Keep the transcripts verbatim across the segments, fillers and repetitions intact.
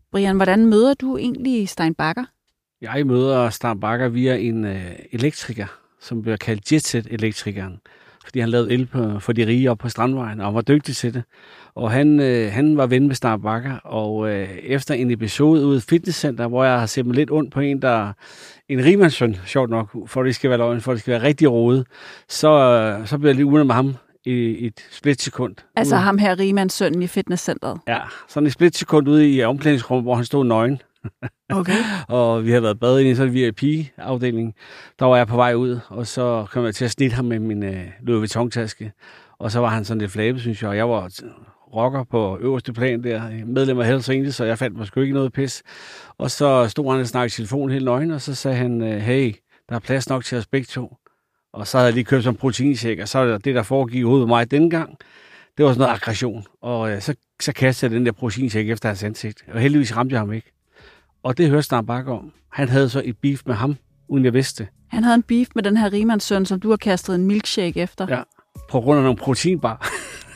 Brian, hvordan møder du egentlig Stein Bagger? Jeg møder Stein Bagger via en øh, elektriker, som bliver kaldt Jetset-elektrikeren. Fordi han lavede el på, for de rige op på Strandvejen, og var dygtig til det. Og han, øh, han var ven med Stein Bagger, og øh, efter en episode ude i et fitnesscenter, hvor jeg har set mig lidt ondt på en, der en rigmandssøn, sjovt nok, for det skal være løgn, for det skal være rigtig rodet, så, øh, så blev jeg lige ude med ham i et splitsekund. Altså ude. Ham her rigmandssønnen i fitnesscenteret? Ja, sådan et splitsekund ude i omklædningsrummet, hvor han stod nøgen. Okay. Og vi havde været badet inde i sådan en V I P-afdeling. Der var jeg på vej ud, og så kom jeg til at snitte ham med min øh, Louis Vuitton-taske. Og så var han sådan lidt flabet, synes jeg. Og jeg var rocker på øverste plan der, medlem af Hells Angels, så jeg fandt måske ikke noget pis. Og så stod han og snakkede i telefonen helt nøgen, og så sagde han, hey, der er plads nok til os begge to. Og så havde jeg lige købt sådan en proteinshake, og så var det, der foregik ude med mig denne gang, det var sådan noget aggression. Og øh, så, så kastede jeg den der proteinshake efter hans ansigt. Og heldigvis ramte jeg ham ikke. Og det hørte Stein Bagger om. Han havde så et beef med ham, uden jeg vidste. Han havde en beef med den her rigmandssøn, som du har kastet en milkshake efter. Ja, på grund af nogle proteinbar.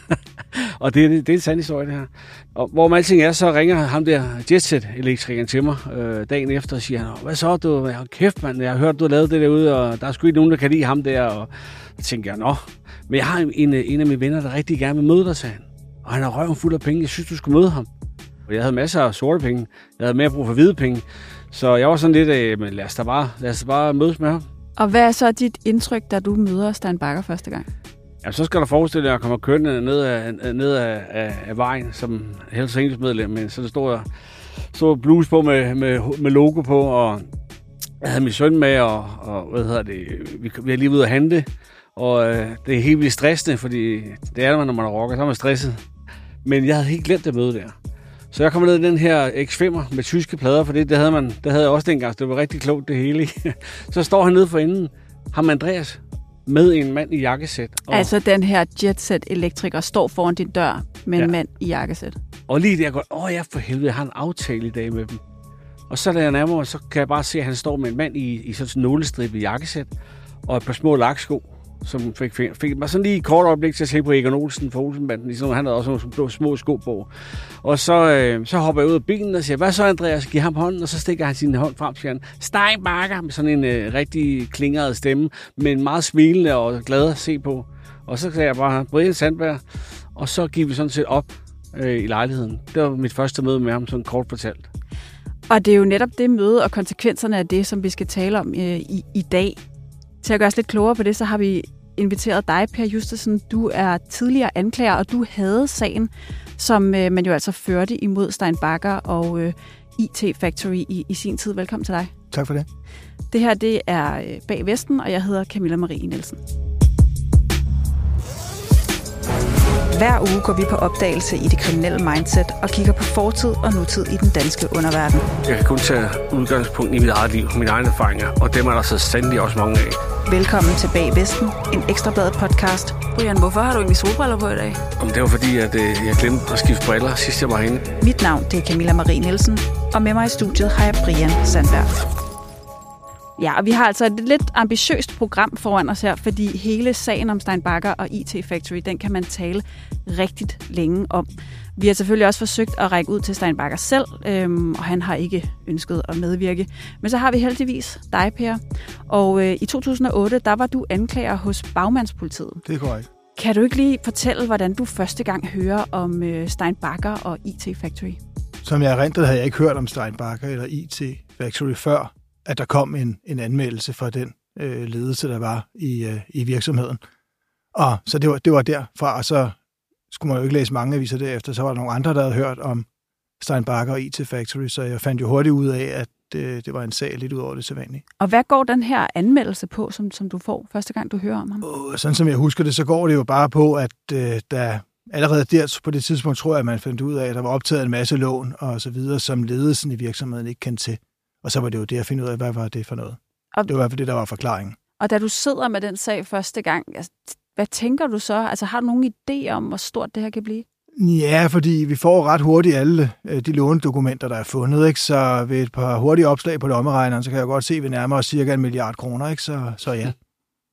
Og det, det, det er en sand historie, det her. Og hvor man alting er, så ringer ham der Jetset-elektrikeren til mig øh, dagen efter og siger, hvad så, du? Jeg har kæft, mand. Jeg har hørt, du har lavet det derude, og der er sgu ikke nogen, der kan lide ham der. Og så tænkte jeg, nå, men jeg har en, en af mine venner, der rigtig gerne vil møde dig, sagde han. Og han har røven fuld af penge. Jeg synes, du skulle møde ham. Og jeg havde masser af sorte penge. Jeg havde mere brug for hvide penge. Så jeg var sådan lidt af, men lad os da bare, lad os da bare mødes med ham. Og hvad er så dit indtryk, da du møder Stein Bagger første gang? Ja, så skal der forestille dig, at jeg kommer kørende ned af, ned af, af, af vejen som Hells Angels medlem. Men så der stod jeg stod bluse på med, med, med logo på, og jeg havde min søn med, og, og hvad hedder det, vi, vi er lige ude at handle. Og øh, det er helt vildt stressende, fordi det er man, når man er rocker, så er man stresset. Men jeg havde helt glemt det møde der. Så jeg kom ned i den her X fem'er med tyske plader, for det, det, havde man, det havde jeg også dengang, så det var rigtig klogt det hele. Så står han nede for enden, ham Andreas, med en mand i jakkesæt. Og altså den her Jetset-elektriker står foran din dør med en ja. mand i jakkesæt. Og lige der går, åh ja for helvede, jeg har en aftale i dag med dem. Og så da jeg nærmer mig, så kan jeg bare se, at han står med en mand i, i sådan en nålestribet jakkesæt og et par små laksko, som fik, fik, fik mig sådan lige et kort øjeblik til at se på Egon Olsen for Olsenbanden. Ligesom, han havde også nogle blå, små sko på. Og så, øh, så hopper jeg ud af bilen og siger, hvad så Andreas? Giv ham hånden, og så stikker han sin hånd frem til han. Stein Bagger med sådan en øh, rigtig klingret stemme, men meget smilende og glad at se på. Og så sagde jeg bare, Brian Sandberg, og så gik vi sådan set op øh, i lejligheden. Det var mit første møde med ham, sådan kort fortalt. Og det er jo netop det møde og konsekvenserne af det, som vi skal tale om øh, i, i dag. Til at gøre os lidt klogere på det, så har vi inviteret dig, Per Justesen. Du er tidligere anklager, og du havde sagen, som øh, man jo altså førte imod Stein Bagger og øh, I T Factory i, i sin tid. Velkommen til dig. Tak for det. Det her, det er øh, Bag Vesten, og jeg hedder Camilla Marie Nielsen. Hver uge går vi på opdagelse i det kriminelle mindset og kigger på fortid og nutid i den danske underverden. Jeg kan kun tage udgangspunkt i mit eget liv, mine egne erfaringer, og dem er der så sandelig også mange af. Velkommen til Bag Vesten, en Ekstrabladet podcast. Brian, hvorfor har du egentlig solbriller på i dag? Jamen, det var fordi, at øh, jeg glemte at skifte briller, sidst jeg var herinde. Mit navn, det er Camilla Marie Nielsen, og med mig i studiet har jeg Brian Sandberg. Ja, og vi har altså et lidt ambitiøst program foran os her, fordi hele sagen om Stein Bagger og I T Factory, den kan man tale rigtigt længe om. Vi har selvfølgelig også forsøgt at række ud til Stein Bagger selv, øhm, og han har ikke ønsket at medvirke. Men så har vi heldigvis dig, Per. Og øh, i to tusind og otte, der var du anklager hos Bagmandspolitiet. Det er korrekt. Kan du ikke lige fortælle, hvordan du første gang hører om øh, Stein Bagger og I T Factory? Som jeg erindrede, havde jeg ikke hørt om Stein Bagger eller I T Factory før, at der kom en, en anmeldelse fra den øh, ledelse, der var i, øh, i virksomheden. Og så det var, det var derfra, og så skulle man jo ikke læse mange aviser derefter, så var der nogle andre, der havde hørt om Stein Bagger og I T Factory, så jeg fandt jo hurtigt ud af, at det, det var en sag lidt ud over det sædvanlige. Og hvad går den her anmeldelse på, som, som du får første gang, du hører om ham? Og sådan som jeg husker det, så går det jo bare på, at øh, der allerede der på det tidspunkt, tror jeg, at man fandt ud af, at der var optaget en masse lån og så videre, som ledelsen i virksomheden ikke kendte til. Og så var det jo det at finde ud af, hvad var det for noget. Og det var i hvert fald det, der var forklaringen. Og da du sidder med den sag første gang, altså, hvad tænker du så? Altså har du nogen idé om, hvor stort det her kan blive? Ja, fordi vi får ret hurtigt alle de lånedokumenter, der er fundet, ikke? Så ved et par hurtige opslag på lommeregneren, så kan jeg godt se, at vi nærmer os cirka en milliard kroner, ikke? Så, så ja.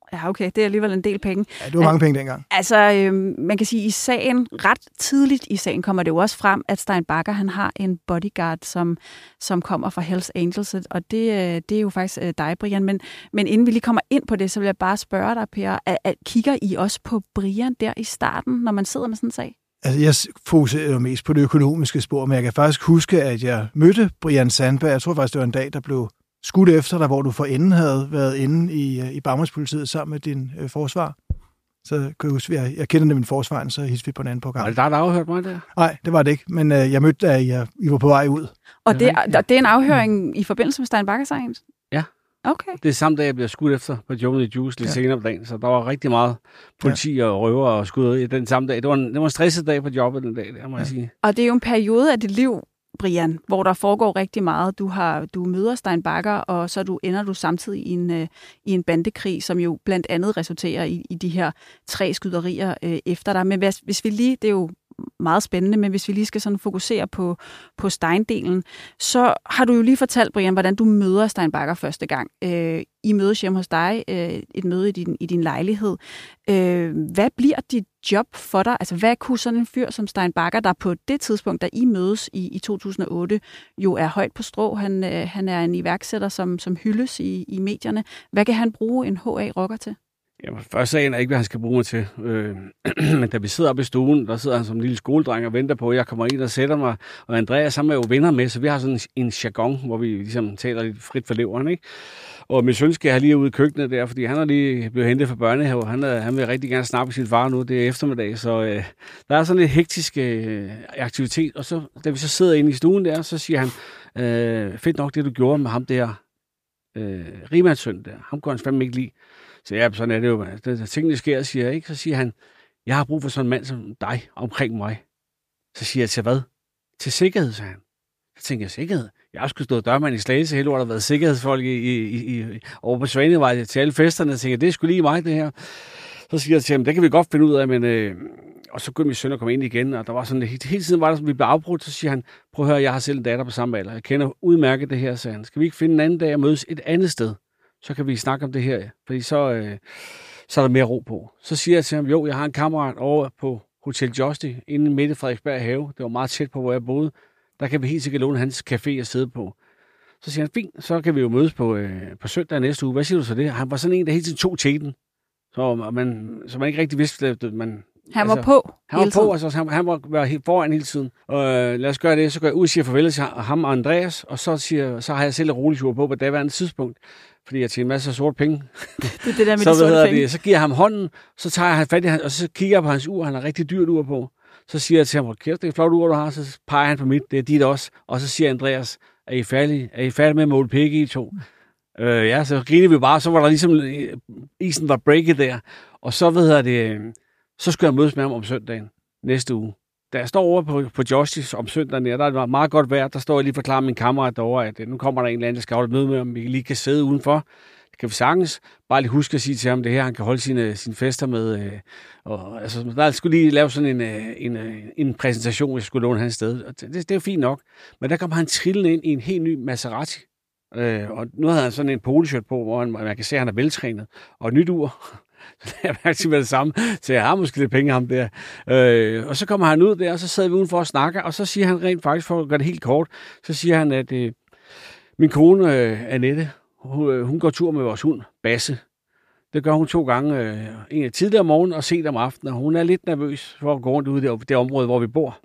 Ja, okay. Det er alligevel en del penge. Ja, det var mange penge dengang. Altså, øh, man kan sige, i sagen, ret tidligt i sagen, kommer det jo også frem, at Stein Bagger, han har en bodyguard, som, som kommer fra Hells Angels, og det, det er jo faktisk øh, dig, Brian. Men, men inden vi lige kommer ind på det, så vil jeg bare spørge dig, Per, at, at kigger I også på Brian der i starten, når man sidder med sådan en sag? Altså, jeg fokuserer jo mest på det økonomiske spor, men jeg kan faktisk huske, at jeg mødte Brian Sandberg. Jeg tror faktisk, det var en dag, der blev skudt efter dig, hvor du forinden havde været inde i, i Bagmandspolitiet sammen med din øh, forsvar. Så kan jeg huske, jeg, jeg kender nemlig forsvaren, så hilste vi på en anden program. Var det der, der afhørte mig der? Nej, det var det ikke, men øh, jeg mødte dig, at I var på vej ud. Og det, det, det er en afhøring i forbindelse med Stein Bagger-sagen? Ja. Okay. Det er samme dag, jeg bliver skudt efter på Joe the Juice lidt ja. senere på dagen, så der var rigtig meget politi ja. og røver og skuderi den samme dag. Det var en, det var en stresset dag på jobbet den dag, der må ja. jeg sige. Og det er jo en periode af dit liv, Brian, hvor der foregår rigtig meget. Du har du møder Stein Bagger, og så du ender du samtidig i en, øh, i en bandekrig, som jo blandt andet resulterer i, i de her tre skyderier øh, efter dig. Men hvis, hvis vi lige, det er jo meget spændende, men hvis vi lige skal sådan fokusere på, på Stein-delen, så har du jo lige fortalt, Brian, hvordan du møder Stein Bagger første gang. Øh, I mødes hjemme hos dig, øh, et møde i din, i din lejlighed. Øh, hvad bliver dit job for dig? Altså, hvad kunne sådan en fyr som Stein Bagger, der på det tidspunkt, da I mødes i, i to tusind og otte, jo er højt på strå, han, øh, han er en iværksætter, som, som hyldes i, i medierne. Hvad kan han bruge en H A-rocker til? Jamen, først sagen er ikke, hvad han skal bruge mig til. Øh, men da vi sidder oppe i stuen, der sidder han som en lille skoledreng og venter på, at jeg kommer ind og sætter mig. Og Andreas, han er jo venner med, så vi har sådan en jargon, hvor vi ligesom taler lidt frit for leveren, ikke? Og min søn skal have lige ude i køkkenet der, fordi han er lige blevet hentet fra børnehave. Han, er, han vil rigtig gerne snakke med sin far nu, det er eftermiddag, så øh, der er sådan lidt hektisk øh, aktivitet. Og så, da vi så sidder inde i stuen der, så siger han, øh, fedt nok det, du gjorde med ham der, øh, Rimands-søn der. Ham kunne han fandme ikke lide. Så ja, sådan er det jo. Det, tingene sker, siger jeg, ikke? Så siger han, jeg har brug for sådan en mand som dig omkring mig. Så siger jeg, til hvad? Til sikkerhed, sagde han. Så tænker jeg, sikkerhed? Jeg har sgu stået dørmand i Slagelse, hele året har været sikkerhedsfolk i, i, i, over på Svanevej til alle festerne. Jeg tænker, det er sgu lige mig, det her. Så siger jeg til ham, det kan vi godt finde ud af, men... Øh, og så begyndte min søn at komme ind igen, og der var sådan, hele, hele tiden var der sådan, vi blev afbrudt, så siger han, prøv at høre, jeg har selv en datter på samme alder. Jeg kender udmærket det her, sagde han. Skal vi ikke finde en anden dag og mødes et andet sted? Så kan vi snakke om det her, fordi så, øh, så er der mere ro på. Så siger jeg til ham, jo, jeg har en kammerat over på Hotel Justy, inde midt i Frederiksberg Have. Det var meget tæt på, hvor jeg boede. Der kan vi helt sikkert låne hans café at sidde på. Så siger han, fint, så kan vi jo mødes på, øh, på søndag næste uge. Hvad siger du så det? Han var sådan en, der hele tiden tog teten. Så man, så man ikke rigtig vidste, at man... Han var altså, på Han var på, altså han, han var, var foran hele tiden. Og øh, lad os gøre det, så går jeg ud og siger farvel til ham og Andreas, og så, siger, så har jeg selv et roligt tur på på daværende tidspunkt, fordi jeg tjener en masse sorte penge. Det er det der med så, de sorte penge. Det, så giver jeg ham hånden, så tager jeg fat i han, og så kigger jeg på hans ur, han har rigtig dyrt ur på. Så siger jeg til ham, kæft, det er et flot ur, du har, så peger han på mit, det er dit også. Og så siger Andreas, er I færdige? Er I færdige med at måle pække i to? Øh, ja, så griner vi bare, så var der ligesom, isen var breaket der. Og så ved det, så skulle jeg mødes med ham om søndagen næste uge. Da jeg står over på, på Josh's om søndagen, der er det meget godt vejr, der står jeg lige og forklarer min kammerat derovre, at nu kommer der en eller anden, der skal holde et møde med ham, vi lige kan sidde udenfor. Det kan vi sagtens. Bare lige huske at sige til ham, det her, han kan holde sine, sine fester med. Øh, og, altså, der skulle lige lave sådan en, en, en præsentation, hvis jeg skulle låne hans sted. Og det, det er jo fint nok. Men der kom han trillende ind i en helt ny Maserati. Øh, og nu havde han sådan en poloshirt på, hvor han, man kan se, at han er veltrænet. Og et nyt ur. Så jeg mærkte med det samme, så jeg har måske lidt penge ham der. Øh, og så kommer han ud der, og så sidder vi udenfor og snakker, og så siger han rent faktisk, for at gøre det helt kort, så siger han, at øh, min kone, øh, Annette, hun, øh, hun går tur med vores hund, Basse. Det gør hun to gange, øh, en tidligere om morgenen og sent om aftenen, og hun er lidt nervøs for at gå rundt ude i det, det område, hvor vi bor.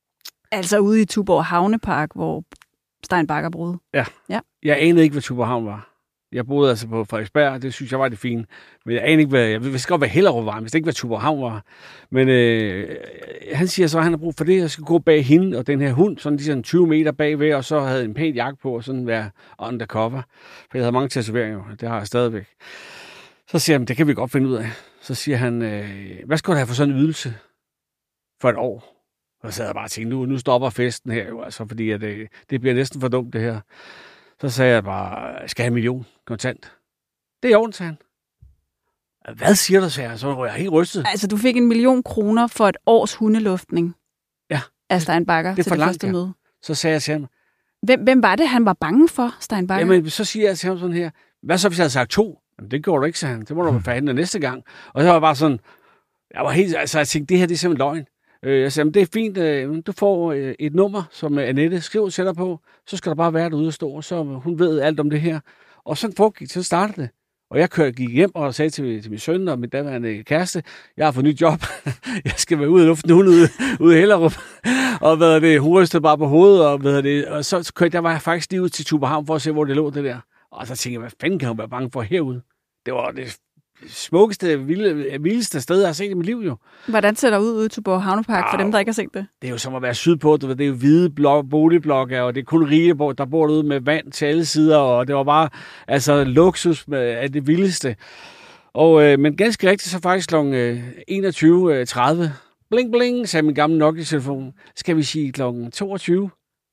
Altså ude i Tuborg Havnepark, hvor Stein Bagger boede? Ja. ja. Jeg anede ikke, hvad Tuborg Havn var. Jeg boede altså på Frederiksberg, det synes jeg var det fine. Men jeg anede ikke, hvad, jeg vidste godt, hvad Hellerup var, hvis det ikke var Tuborg Havn var. Men øh, han siger så, at han har brug for det, jeg skal gå bag hende og den her hund, sådan ligesom tyve meter bagved, og så havde en pæn jakke på, og sådan være undercover. For jeg havde mange tatoveringer, det har jeg stadigvæk. Så siger han, det kan vi godt finde ud af. Så siger han, øh, hvad skal du have for sådan en ydelse for et år? Og så sad jeg bare og tænkte, nu, nu stopper festen her jo, altså, fordi at det, det bliver næsten for dumt, det her. Så sagde jeg bare, skal jeg have en million kontant? Det er ordentligt, sagde han. Hvad siger du, sagde jeg? Så var jeg helt rystet. Altså, du fik en million kroner for et års hundeluftning ja. af Stein Bagger det til det langt, første ja. møde. Så sagde jeg til ham. Hvem, hvem var det, han var bange for, Stein Bagger? Jamen, så siger jeg til ham sådan her. Hvad så, hvis jeg havde sagt to? Jamen, det går du ikke, sagde han. Det må du hmm. forhandle næste gang. Og så var jeg bare sådan, jeg var helt, altså jeg tænkte, det her det er simpelthen løgn. Øh, jeg sagde, det er fint, øh, du får øh, et nummer, som Annette skriver til dig på, så skal der bare være derude og stå, så hun ved alt om det her. Og så foregik, så startede det. Og jeg kørte, gik hjem og sagde til, til min søn og min daværende kæreste, jeg har fået nyt job, jeg skal være ude i luften, hun ude, ude i Hellerup. Og hvad det, hun rystede bare på hovedet, og, hvad det, og så, så kørte jeg var faktisk lige ud til Tuborghavn for at se, hvor det lå det der. Og så tænkte jeg, hvad fanden kan hun være bange for herude? Det var det smukkeste, vilde, vildeste sted, jeg har set i mit liv jo. Hvordan ser der ud ude i Tuborg Havnepark, ja, for dem, der ikke har set det? Det er jo som at være sydpå, det er jo hvide blok, boligblokke, og det er kun rige, der bor derude med vand til alle sider, og det var bare altså luksus med, af det vildeste. Og, øh, men ganske rigtigt, så faktisk kl. enogtyve tredive, bling bling, sagde min gamle Nokia-telefon, skal vi sige kl. toogtyve,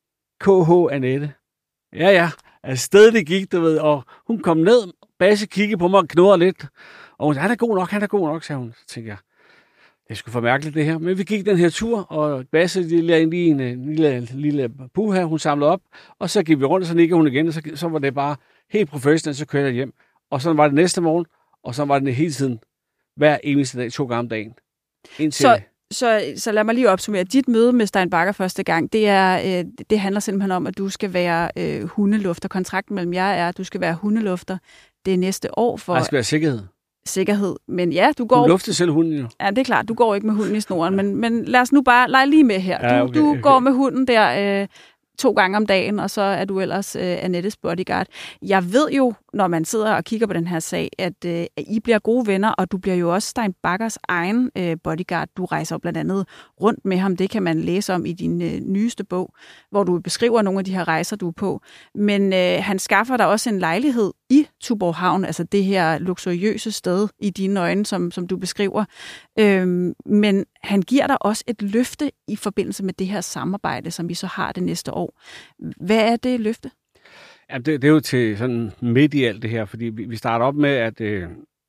K H Annette. Ja, ja, afsted det gik, du ved, og hun kom ned, Basse kiggede på mig og knurrede lidt. Og hun sagde, han er god nok, han er god nok, sagde hun. Så tænkte jeg, det skulle for mærkeligt det her. Men vi gik den her tur, og Basse lige ind i en, en lille, lille puha, hun samlede op. Og så gik vi rundt, og så nikkede hun igen, og så, så var det bare helt professionelt, så kørte jeg hjem. Og så var det næste morgen, og så var det hele tiden, hver eneste dag, to gange om dagen. Indtil så, så, så lad mig lige opsummere. Dit møde med Stein Bagger første gang, det, er, øh, det handler simpelthen om, at du skal være øh, hundelufter. Kontrakten mellem jer er, at du skal være hundelufter det næste år. For der skal være sikkerhed. Sikkerhed. Men ja, du går... Du lufter selv hunden jo. Ja, det er klart. Du går ikke med hunden i snoren, men, men lad os nu bare lege lige med her. Du, ja, okay, du okay. går med hunden der øh, to gange om dagen, og så er du ellers øh, Annettes bodyguard. Jeg ved jo, når man sidder og kigger på den her sag, at, øh, at I bliver gode venner, og du bliver jo også Stein Baggers egen øh, bodyguard. Du rejser blandt andet rundt med ham. Det kan man læse om i din øh, nyeste bog, hvor du beskriver nogle af de her rejser, du er på. Men øh, han skaffer dig også en lejlighed i Tuborg Havn, altså det her luksuriøse sted i dine øjne, som, som du beskriver. Øhm, men han giver dig også et løfte i forbindelse med det her samarbejde, som vi så har det næste år. Hvad er det løfte? Ja, det, det er jo til sådan midt i alt det her, fordi vi, vi starter op med, at, øh,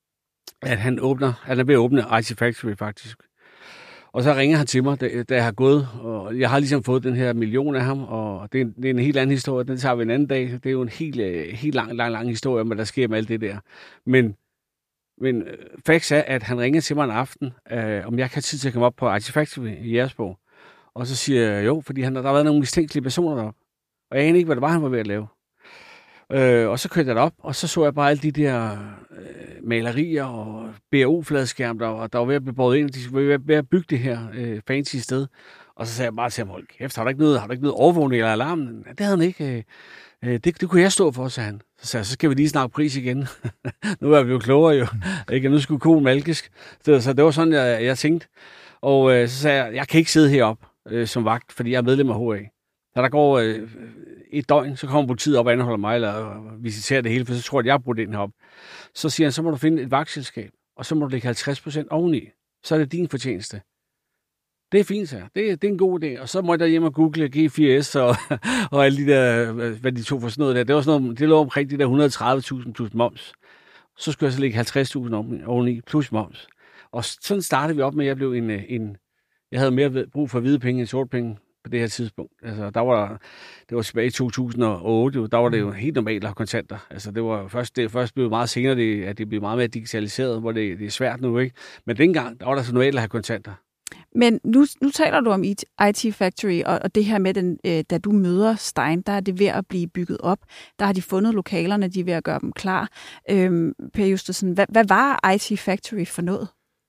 at han åbner, han er ved at åbne I T Factory faktisk. Og så ringer han til mig, da, da jeg har gået, og jeg har ligesom fået den her million af ham, og det er, det er en helt anden historie, den tager vi en anden dag. Det er jo en helt, helt lang, lang, lang historie om, hvad der sker med alt det der. Men, men facts er, at han ringer til mig en aften, øh, om jeg kan have tid til at komme op på I T Factory i Jægersborg. Og så siger jeg jo, fordi han, der har været nogle mistænkelige personer deroppe. Og jeg anede ikke, hvad det var, han var ved at lave. Øh, og så kørte jeg derop, og så så jeg bare alle de der øh, malerier og B R O-fladskærm, der, og der var ved at blive båret ind, og de var ved at bygge det her øh, fancy sted. Og så sagde jeg bare til ham, hold kæft, har du ikke noget, har du ikke noget overvågning eller alarm? Ja, det havde han ikke. Øh, det, det kunne jeg stå for, sagde han. Så sagde jeg, så skal vi lige snakke pris igen. Nu er vi jo klogere jo. Ikke? Nu skulle konen malkes. Så, så det var sådan, jeg, jeg tænkte. Og øh, så sagde jeg, jeg kan ikke sidde heroppe øh, som vagt, fordi jeg er medlem af H A. Så der går øh, et døgn, så kommer politiet op og anholder mig, eller visiterer det hele, for så tror jeg, at jeg har brugt ind heroppe. Så siger han, så må du finde et vagtselskab, og så må du lægge halvtreds procent oveni. Så er det din fortjeneste. Det er fint, så. Det, det er en god idé. Og så må jeg der hjem og google G fire S og, og alle de der, hvad de tog for sådan noget der. Det var sådan noget, det lå omkring de der et hundrede og tredive tusind plus moms. Så skulle jeg så lægge halvtreds tusind oveni plus moms. Og sådan startede vi op med, at jeg blev en, en jeg havde mere brug for hvide penge end sorte penge på det her tidspunkt. Altså, der var, det var tilbage i to tusind og otte, der var det jo helt normalt at have kontanter. Altså, det var først, det først blev meget senere, det, at det blev meget mere digitaliseret, hvor det, det er svært nu, ikke? Men dengang, der var det så normalt at have kontanter. Men nu, nu taler du om I T Factory, og, og det her med, den, øh, da du møder Stein, der er det ved at blive bygget op. Der har de fundet lokalerne, de er ved at gøre dem klar. Øhm, Per Justesen, hvad, hvad var I T Factory for noget?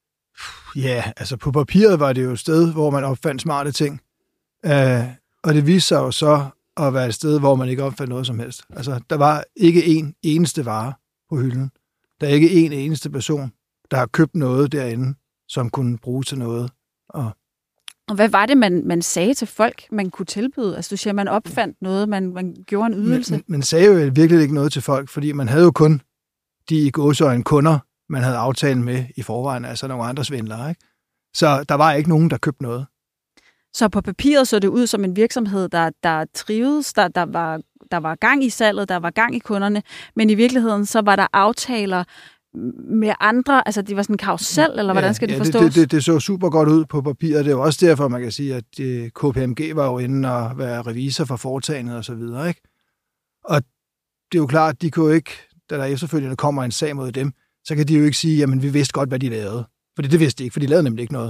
Ja, altså på papiret var det jo et sted, hvor man opfandt smarte ting. Uh, og det viste sig jo så at være et sted, hvor man ikke opfandt noget som helst. Altså, der var ikke en eneste vare på hylden. Der er ikke en eneste person, der har købt noget derinde, som kunne bruges til noget. Og, og hvad var det, man, man sagde til folk, man kunne tilbyde? Altså, du siger, man opfandt noget, man, man gjorde en ydelse. Man, man sagde jo virkelig ikke noget til folk, fordi man havde jo kun de i gåseøjne kunder, man havde aftalt med i forvejen, altså nogle andre svindlere, ikke? Så der var ikke nogen, der købte noget. Så på papiret så det ud som en virksomhed, der, der trivedes, der, der, var, der var gang i salget, der var gang i kunderne, men i virkeligheden så var der aftaler med andre, altså det var sådan en karusel, eller hvordan skal ja, det forstås? Det, det, det så super godt ud på papiret. Det er jo også derfor, man kan sige, at K P M G var jo inde og være revisor for foretagendet og så videre, ikke? Og det er jo klart, at de kunne ikke, da der efterfølgende kommer en sag mod dem, så kan de jo ikke sige, jamen vi vidste godt, hvad de lavede. Fordi det vidste de ikke, for de lavede nemlig ikke noget.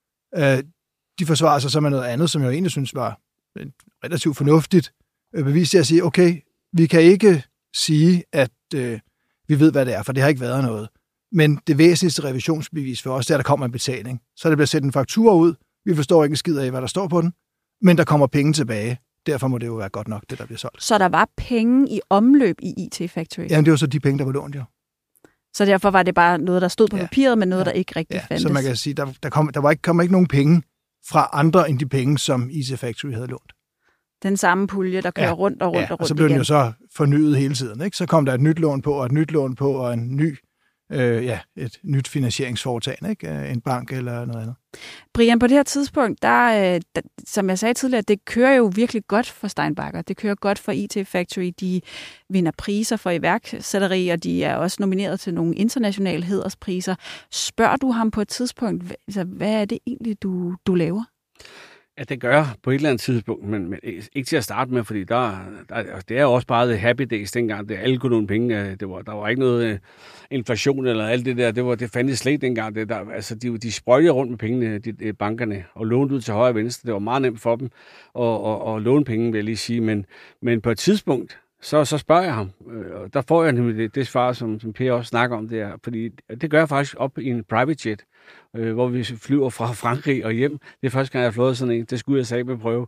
Øh, de forsvarer sig så med noget andet, som jeg egentlig synes var relativt fornuftigt bevis til at sige, okay, vi kan ikke sige, at øh, vi ved, hvad det er, for det har ikke været noget. Men det væsentligste revisionsbevis for os, det er, at der kommer en betaling. Så der bliver sendt en faktura ud. Vi forstår ikke en skid af, hvad der står på den, men der kommer penge tilbage. Derfor må det jo være godt nok, det der bliver solgt. Så der var penge i omløb i I T Factory? Jamen, det var så de penge, der var lånt, jo. Så derfor var det bare noget, der stod på ja. papiret, men noget, ja. der ikke rigtig ja. fandtes? Så man kan sige, der, der, kom, der var ikke, kom ikke nogen penge fra andre end de penge, som I T Factory havde lånt. Den samme pulje, der kører ja. rundt og rundt ja. og rundt og så blev igen. den jo så fornyet hele tiden. Ikke? Så kom der et nyt lån på, og et nyt lån på, og en ny, øh, ja, et nyt finansieringsforetagende, ikke? En bank eller noget andet. Brian, på det her tidspunkt, der, der, som jeg sagde tidligere, det kører jo virkelig godt for Steinbacher. Det kører godt for I T Factory. De vinder priser for iværksætteri, og de er også nomineret til nogle internationale hæderspriser. Spørger du ham på et tidspunkt, altså, hvad er det egentlig, du, du laver? Ja, det gør jeg på et eller andet tidspunkt, men, men ikke til at starte med, fordi der, der, det er jo også bare the happy days dengang. Det alle kunne nogle penge. Det var, der var ikke noget uh, inflation eller alt det der. Det, var, det fandtes slet dengang. Det, der, altså, de, de sprøjtede rundt med pengene, de, de bankerne, og lånte ud til højre og venstre. Det var meget nemt for dem at, at, at låne penge, vil jeg lige sige. Men, men på et tidspunkt, så, så spørger jeg ham. Og der får jeg nemlig det, det svar, som, som Per også snakker om. Det er, fordi det gør jeg faktisk op i en private jet, øh, hvor vi flyver fra Frankrig og hjem. Det er første gang, jeg har flået sådan en. Det skulle jeg sige med prøve.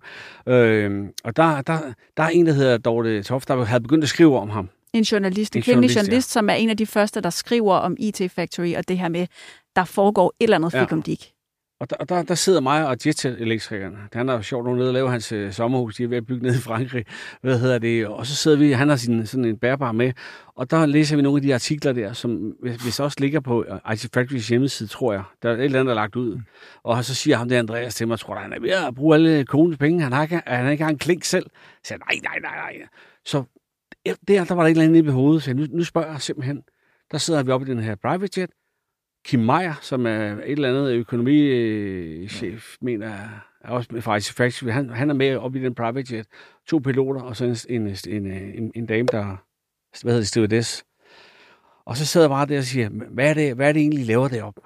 Øh, og der, der, der er en, der hedder Dorte Toft, der havde begyndt at skrive om ham. En journalist, en, en kvindelig journalist, journalist ja. som er en af de første, der skriver om I T Factory, og det her med, der foregår et eller andet ja. fikumdik. Og der, der, der sidder mig og Jet-elektrikeren. Han er jo sjovt nede og laver hans øh, sommerhus. De er ved at bygge ned i Frankrig. Hvad hedder det? Og så sidder vi, han har sin, sådan en bærbar med, og der læser vi nogle af de artikler der, som hvis også ligger på I T Factorys hjemmeside, tror jeg. Der er et eller andet, der er lagt ud. Og så siger ham det Andreas til mig, tror han er ved at bruge alle konens penge. Han har ikke, han har ikke en klink selv. Så jeg nej, nej, nej, nej. Så der, der var der et eller andet i hovedet. Så jeg, nu, nu spørger jeg simpelthen. Der sidder vi oppe i den her private jet. Kim Meyer, som er et eller andet økonomichef, ja. mener er også fra I T Factory. Han, han er med op i den private jet. To piloter, og så en, en, en, en, en dame, der hvad hedder det, stewardess. Og så sidder jeg bare der og siger, hvad er det, hvad er det egentlig, I laver deroppe?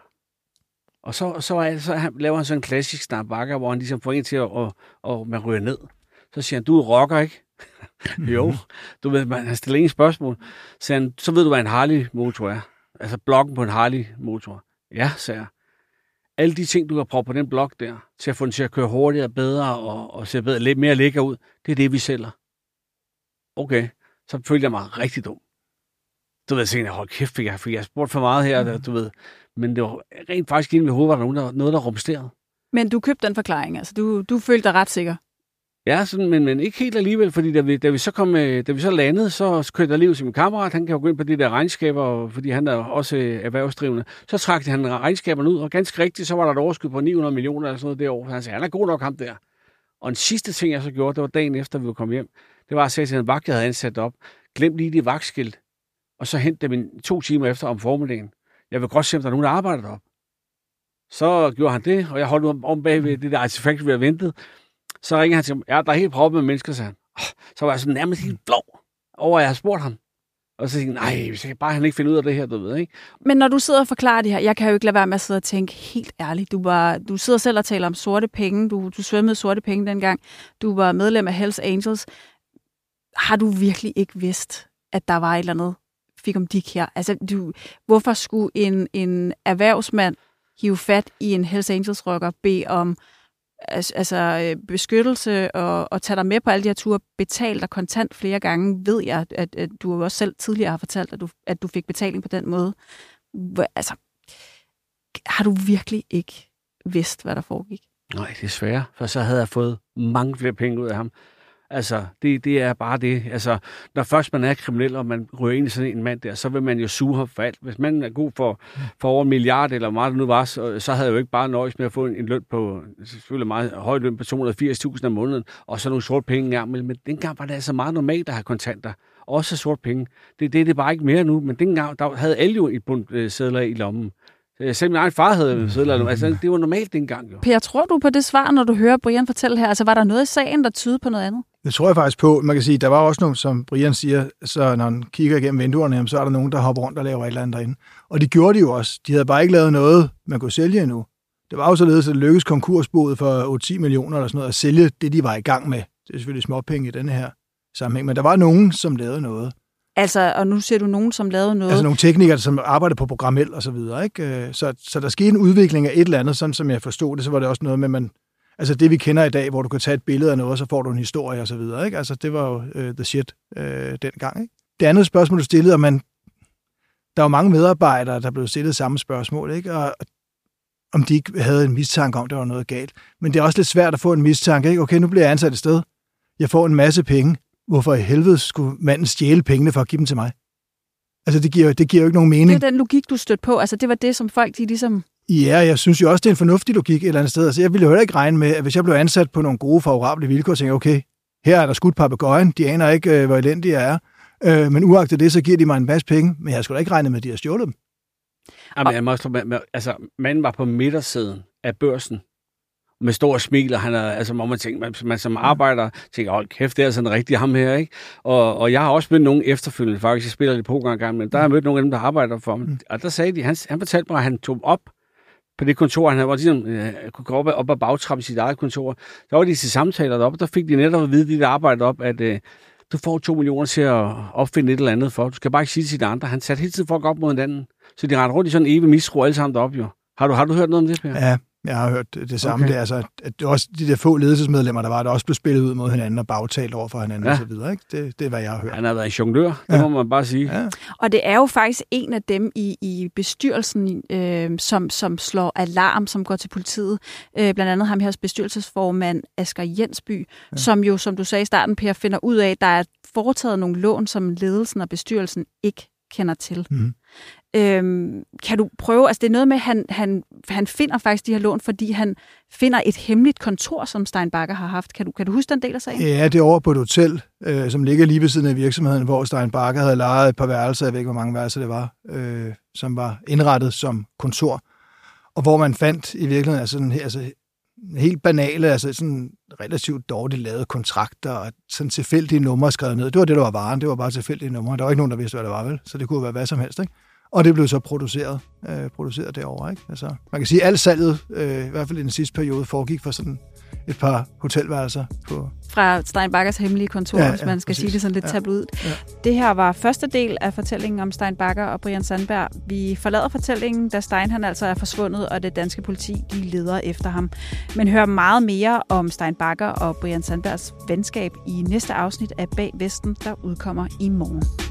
Og så, så, er, så han, laver han sådan en klassisk Steinbacher, hvor han ligesom får en til at og, og man ryger ned. Så siger han, du er rocker, ikke? Jo. Du ved, man, han stiller ingen spørgsmål. Så, han, så ved du, hvad en Harley-motor er. Altså blokken på en Harley-motor. Ja, sagde jeg. Alle de ting, du har prøvet på den blok der, til at få den til at køre hurtigere, bedre og, og se bedre, lidt mere lækker ud, det er det, vi sælger. Okay, så følte jeg mig rigtig dum. Du ved, så jeg, hold kæft, fik jeg, fik jeg spurgt for meget her, mm. du ved. Men det var rent faktisk inde i mit hoved, var der nogen, der, noget, der rumsterede. Men du købte den forklaring, altså du, du følte dig ret sikker? Ja, sådan, men, men ikke helt alligevel, fordi da vi, da vi, så, kom, da vi så landede, så kørte jeg lige ud til min kammerat. Han kan jo gå ind på de der regnskaber, fordi han er også erhvervsdrivende. Så trak han regnskaberne ud, og ganske rigtigt, så var der et overskud på ni hundrede millioner eller sådan noget derovre. Han sagde, han er god nok ham der. Og en sidste ting, jeg så gjorde, det var dagen efter, vi var kommet hjem. Det var at sige til en vagt, jeg havde ansat op. Glem lige de vagtskilt, og så hent dem en, to timer efter om formiddagen. Jeg vil godt se, om der er nogen, der arbejder deroppe. Så gjorde han det, og jeg holdt om bag ved det der I T Factory, vi havde ventet. Så ringer han til mig, ja, der er helt proppet med mennesker, sagde han. Så var jeg sådan nærmest helt flov over, at jeg havde spurgt ham. Og så tænkte jeg, nej, så kan bare han ikke finde ud af det her, du ved, ikke? Men når du sidder og forklarer det her, jeg kan jo ikke lade være med at sidde og tænke helt ærligt. Du, var, du sidder selv og taler om sorte penge. Du, du svømmede sorte penge dengang. Du var medlem af Hells Angels. Har du virkelig ikke vidst, at der var et eller andet fikumdik her? Altså, du, hvorfor skulle en, en erhvervsmand hive fat i en Hells Angels-rocker, bede om altså beskyttelse og, og tage dig med på alle de her ture, betale dig kontant flere gange, ved jeg, at, at du også selv tidligere har fortalt, at du, at du fik betaling på den måde. Altså, har du virkelig ikke vidst, hvad der foregik? Nej, desværre, for så havde jeg fået mange flere penge ud af ham. Altså, det, det er bare det. Altså, når først man er kriminel, og man ryger ind i sådan en mand der, så vil man jo suge ham for alt. Hvis man er god for, for over en milliard, eller hvor meget det nu var, så, så havde jeg jo ikke bare nøjes med at få en, en løn på, selvfølgelig meget høj løn på to hundrede og firs tusind om måneden, og så nogle sorte penge engang. Men, men dengang var det altså meget normalt at have kontanter. Også sorte penge. Det, det, det er bare ikke mere nu, men dengang der havde alle jo et bundt øh, sedler i lommen. Selv min egen far havde sedler. Altså, det var normalt dengang, jo. Per, tror du på det svar, når du hører Brian fortælle her? Altså, var der noget i sagen, der tyder på noget andet? Det tror jeg faktisk på. Man kan sige, der var også nogen, som Brian siger, så når han kigger igennem vinduerne, så er der nogen, der hopper rundt og laver et eller andet derinde. Og det gjorde de jo også. De havde bare ikke lavet noget, man kunne sælge endnu. Det var jo således, at det lykkedes konkursboet for otte til ti millioner eller sådan noget, at sælge det, de var i gang med. Det er selvfølgelig småpenge i denne her sammenhæng, men der var nogen, som lavede noget. Altså, og nu ser du nogen, som lavede noget. Altså nogle teknikere, som arbejdede på programmel og så videre, ikke? Så, så der skete en udvikling af et eller andet, sådan som jeg forstod det, så var det også noget med, man, altså det vi kender i dag, hvor du kan tage et billede af noget, og så får du en historie og så videre, ikke? Altså det var jo uh, the shit uh, dengang, ikke? Det andet spørgsmål, du stillede, og man, der var mange medarbejdere, der blev stillet samme spørgsmål, ikke? Og om de ikke havde en mistanke om, der var noget galt. Men det er også lidt svært at få en mistanke, ikke? Okay, nu bliver jeg ansat et sted. Jeg får en masse penge. Hvorfor i helvede skulle manden stjæle pengene for at give dem til mig? Altså, det giver, det giver jo ikke nogen mening. Det er den logik, du stødte på. Altså, det var det, som folk, de ligesom... Ja, jeg synes jo også, det er en fornuftig logik et eller andet sted. Altså, jeg ville jo heller ikke regne med, at hvis jeg blev ansat på nogle gode, favorable vilkår, så tænker jeg, okay, her er der skudt papegøjen. De aner ikke, hvor elendige jeg er. Men uagtet det, så giver de mig en masse penge. Men jeg skulle da ikke regne med, at de har stjålet dem. Jamen, jeg må også, altså, manden var på midtersiden af børsen. Med stor smil, og han er, altså, må man tænke, man, man som arbejder, tænker, hold kæft, det er sådan rigtig ham her, ikke? Og, og jeg har også mødt nogen efterfølgende, faktisk, jeg spiller lidt poker en gang, men der har jeg mødt nogle af dem, der arbejder for ham. Mm. Og der sagde de, han, han fortalte mig, at han tog op på det kontor, han havde, hvor de ligesom, øh, kunne gå op, op ad bagtrappen i sit eget kontor. Der var de til samtaler deroppe, og der fik de netop at vide, de der arbejdede op, at øh, du får to millioner til at opfinde et eller andet for. Du skal bare ikke sige det til de andre. Han satte hele tiden folk op mod hinanden. Så de rendte rundt i sådan en evig misro alle sammen deroppe, jo. Har du, har du hørt noget om det, Per? Ja. Jeg har hørt det samme. Okay. Det er altså, at det også de der få ledelsesmedlemmer, der var, der også blev spillet ud mod hinanden og bagtalt over for hinanden ja. og så videre. Ikke? Det, det er, hvad jeg har hørt. Han har været en jonglør, det ja. må man bare sige. Ja. Og det er jo faktisk en af dem i, i bestyrelsen, øh, som, som slår alarm, som går til politiet. Øh, blandt andet ham her bestyrelsesformand Asger Jensby, ja. som jo, som du sagde i starten, Per, finder ud af, at der er foretaget nogle lån, som ledelsen og bestyrelsen ikke kender til. Mm. Øhm, kan du prøve, altså det er noget med, at han, han, han finder faktisk de her lån, fordi han finder et hemmeligt kontor, som Stein Bagger har haft. Kan du, kan du huske den del af sagen? Ja, det er over på et hotel, øh, som ligger lige ved siden af virksomheden, hvor Stein Bagger havde lejet et par værelser, jeg ved ikke, hvor mange værelser det var, øh, som var indrettet som kontor, og hvor man fandt i virkeligheden altså, sådan, altså, helt banale, altså sådan relativt dårligt lavede kontrakter og sådan tilfældige numre skrevet ned. Det var det, der var varen. Det var bare tilfældige numre. Der var ikke nogen, der vidste, hvad det var, vel? Så det kunne være hvad som helst, ikke? Og det blev så produceret, øh, produceret derovre, ikke? Altså, man kan sige, at alt salget, øh, i hvert fald i den sidste periode, foregik for sådan et par hotelværelser på... Fra Stein Baggers hemmelige kontor, ja, hvis man skal ja, sige det sådan lidt ja, tabloid. Ja. Det her var første del af fortællingen om Stein Bagger og Brian Sandberg. Vi forlader fortællingen, da Stein han altså er forsvundet, og det danske politi de leder efter ham. Men hør meget mere om Stein Bagger og Brian Sandbergs venskab i næste afsnit af Bag Vesten, der udkommer i morgen.